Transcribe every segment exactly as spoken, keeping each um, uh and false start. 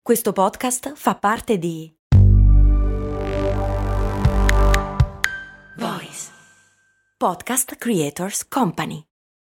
Questo podcast fa parte di Voice Podcast Creators Company.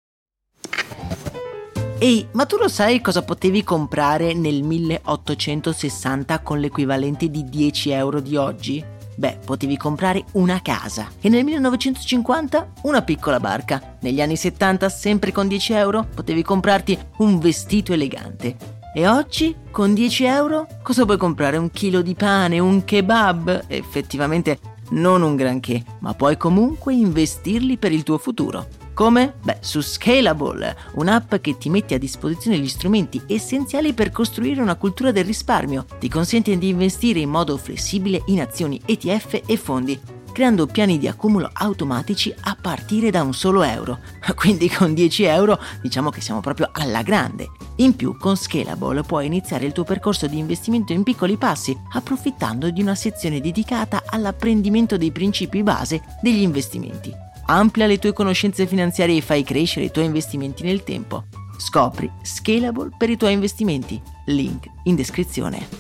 Ehi, ma tu lo sai cosa potevi comprare nel milleottocentosessanta con l'equivalente di dieci euro di oggi? Beh, potevi comprare una casa e nel millenovecentocinquanta una piccola barca. Negli anni settanta, sempre con dieci euro, potevi comprarti un vestito elegante. E oggi, con dieci euro, cosa puoi comprare? Un chilo di pane, un kebab? Effettivamente non un granché, ma puoi comunque investirli per il tuo futuro. Come? Beh, su Scalable, un'app che ti mette a disposizione gli strumenti essenziali per costruire una cultura del risparmio. Ti consente di investire in modo flessibile in azioni, E T F e fondi, creando piani di accumulo automatici a partire da un solo euro. Quindi con dieci euro diciamo che siamo proprio alla grande. In più, con Scalable puoi iniziare il tuo percorso di investimento in piccoli passi, approfittando di una sezione dedicata all'apprendimento dei principi base degli investimenti. Amplia le tue conoscenze finanziarie e fai crescere i tuoi investimenti nel tempo. Scopri Scalable per i tuoi investimenti. Link in descrizione.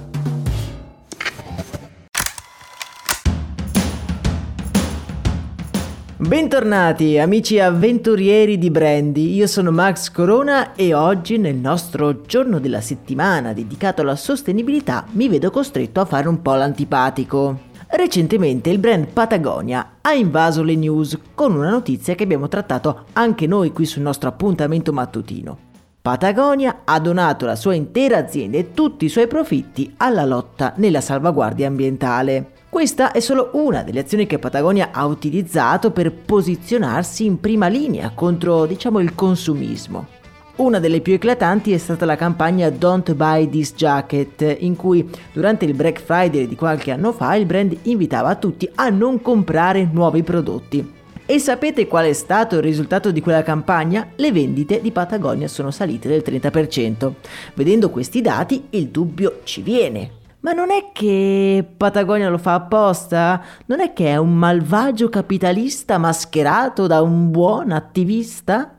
Bentornati amici avventurieri di Brandy, io sono Max Corona e oggi nel nostro giorno della settimana dedicato alla sostenibilità mi vedo costretto a fare un po' l'antipatico. Recentemente il brand Patagonia ha invaso le news con una notizia che abbiamo trattato anche noi qui sul nostro appuntamento mattutino. Patagonia ha donato la sua intera azienda e tutti i suoi profitti alla lotta nella salvaguardia ambientale. Questa è solo una delle azioni che Patagonia ha utilizzato per posizionarsi in prima linea contro, diciamo, il consumismo. Una delle più eclatanti è stata la campagna Don't Buy This Jacket, in cui durante il Black Friday di qualche anno fa il brand invitava tutti a non comprare nuovi prodotti. E sapete qual è stato il risultato di quella campagna? Le vendite di Patagonia sono salite del trenta per cento. Vedendo questi dati il dubbio ci viene. Ma non è che Patagonia lo fa apposta? Non è che è un malvagio capitalista mascherato da un buon attivista?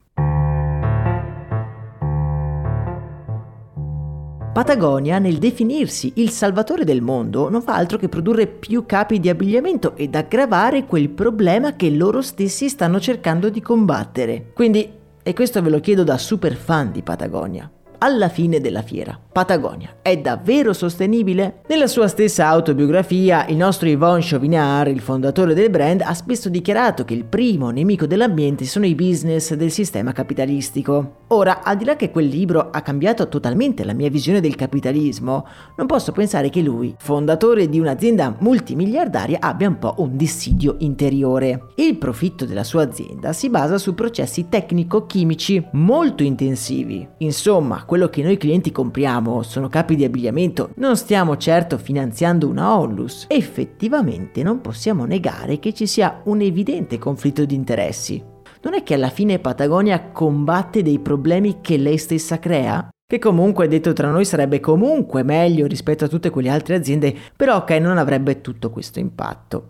Patagonia, nel definirsi il salvatore del mondo, non fa altro che produrre più capi di abbigliamento ed aggravare quel problema che loro stessi stanno cercando di combattere. Quindi, e questo ve lo chiedo da super fan di Patagonia, alla fine della fiera, Patagonia è davvero sostenibile? Nella sua stessa autobiografia, il nostro Yvon Chouinard, il fondatore del brand, ha spesso dichiarato che il primo nemico dell'ambiente sono i business del sistema capitalistico. Ora, al di là che quel libro ha cambiato totalmente la mia visione del capitalismo, non posso pensare che lui, fondatore di un'azienda multimiliardaria, abbia un po' un dissidio interiore. Il profitto della sua azienda si basa su processi tecnico-chimici molto intensivi. Insomma, quello che noi clienti compriamo sono capi di abbigliamento, non stiamo certo finanziando una onlus. Effettivamente non possiamo negare che ci sia un evidente conflitto di interessi. Non è che alla fine Patagonia combatte dei problemi che lei stessa crea? Che comunque, detto tra noi, sarebbe comunque meglio rispetto a tutte quelle altre aziende, però che non avrebbe tutto questo impatto.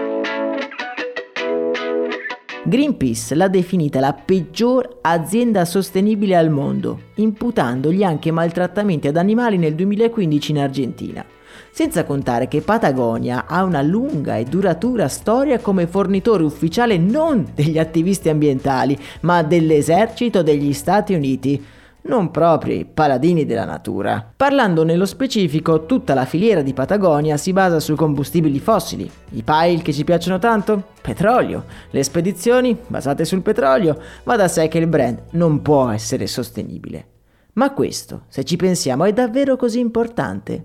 Greenpeace l'ha definita la peggior azienda sostenibile al mondo, imputandogli anche maltrattamenti ad animali nel duemilaquindici in Argentina. Senza contare che Patagonia ha una lunga e duratura storia come fornitore ufficiale non degli attivisti ambientali, ma dell'esercito degli Stati Uniti. Non proprio i paladini della natura. Parlando nello specifico, tutta la filiera di Patagonia si basa su combustibili fossili. I pile che ci piacciono tanto? Petrolio. Le spedizioni basate sul petrolio. Va da sé che il brand non può essere sostenibile. Ma questo, se ci pensiamo, è davvero così importante?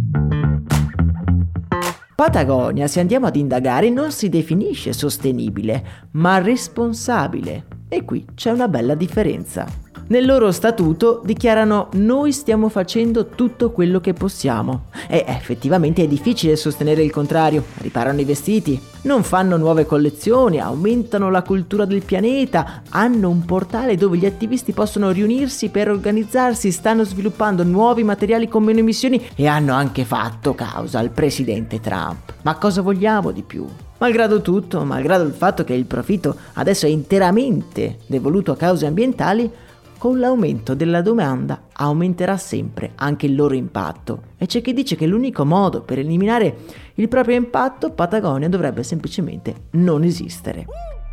Patagonia, se andiamo ad indagare, non si definisce sostenibile, ma responsabile. E qui c'è una bella differenza. Nel loro statuto dichiarano: noi stiamo facendo tutto quello che possiamo. E effettivamente è difficile sostenere il contrario. Riparano i vestiti, non fanno nuove collezioni, aumentano la cultura del pianeta, hanno un portale dove gli attivisti possono riunirsi per organizzarsi, stanno sviluppando nuovi materiali con meno emissioni e hanno anche fatto causa al presidente Trump. Ma cosa vogliamo di più? Malgrado tutto, malgrado il fatto che il profitto adesso è interamente devoluto a cause ambientali, con l'aumento della domanda aumenterà sempre anche il loro impatto e c'è chi dice che l'unico modo per eliminare il proprio impatto, Patagonia dovrebbe semplicemente non esistere.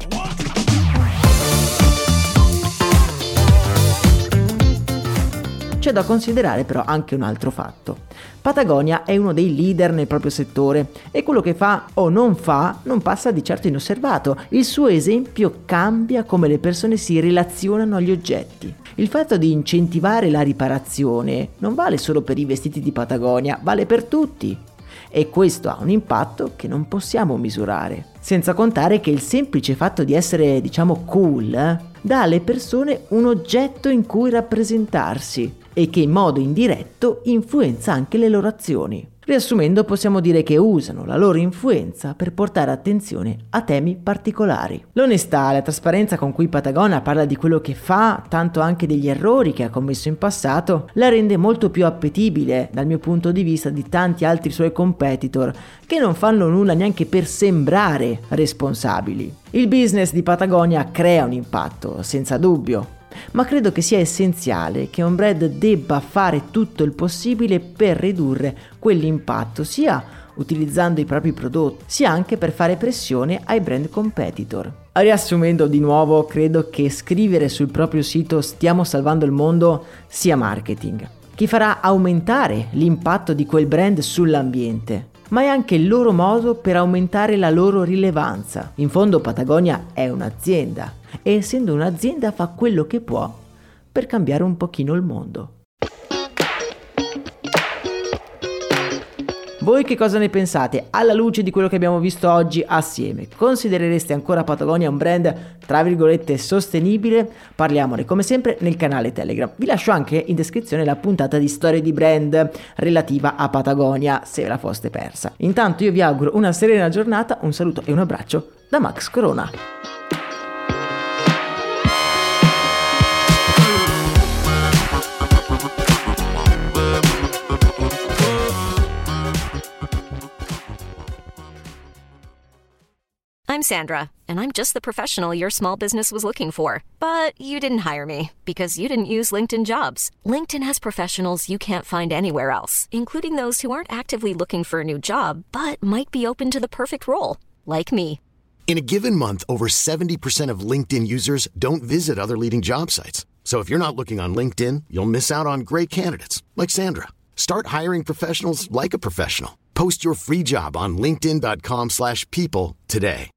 C'è da considerare però anche un altro fatto. Patagonia è uno dei leader nel proprio settore e quello che fa o non fa non passa di certo inosservato. Il suo esempio cambia come le persone si relazionano agli oggetti. Il fatto di incentivare la riparazione non vale solo per i vestiti di Patagonia, vale per tutti. E questo ha un impatto che non possiamo misurare. Senza contare che il semplice fatto di essere, diciamo, cool eh, dà alle persone un oggetto in cui rappresentarsi e che in modo indiretto influenza anche le loro azioni. Riassumendo, possiamo dire che usano la loro influenza per portare attenzione a temi particolari. L'onestà e la trasparenza con cui Patagonia parla di quello che fa, tanto anche degli errori che ha commesso in passato, la rende molto più appetibile dal mio punto di vista di tanti altri suoi competitor che non fanno nulla neanche per sembrare responsabili. Il business di Patagonia crea un impatto, senza dubbio. Ma credo che sia essenziale che un brand debba fare tutto il possibile per ridurre quell'impatto, sia utilizzando i propri prodotti, sia anche per fare pressione ai brand competitor. Riassumendo di nuovo, credo che scrivere sul proprio sito "stiamo salvando il mondo" sia marketing, che farà aumentare l'impatto di quel brand sull'ambiente, ma è anche il loro modo per aumentare la loro rilevanza. In fondo Patagonia è un'azienda e essendo un'azienda fa quello che può per cambiare un pochino il mondo. Voi che cosa ne pensate? Alla luce di quello che abbiamo visto oggi assieme, considerereste ancora Patagonia un brand tra virgolette sostenibile? Parliamone come sempre nel canale Telegram. Vi lascio anche in descrizione la puntata di storie di brand relativa a Patagonia se ve la foste persa. Intanto io vi auguro una serena giornata, un saluto e un abbraccio da Max Corona. I'm Sandra, and I'm just the professional your small business was looking for. But you didn't hire me because you didn't use LinkedIn Jobs. LinkedIn has professionals you can't find anywhere else, including those who aren't actively looking for a new job, but might be open to the perfect role, like me. In a given month, over seventy percent of LinkedIn users don't visit other leading job sites. So if you're not looking on LinkedIn, you'll miss out on great candidates, like Sandra. Start hiring professionals like a professional. Post your free job on linkedin dot com slash people today.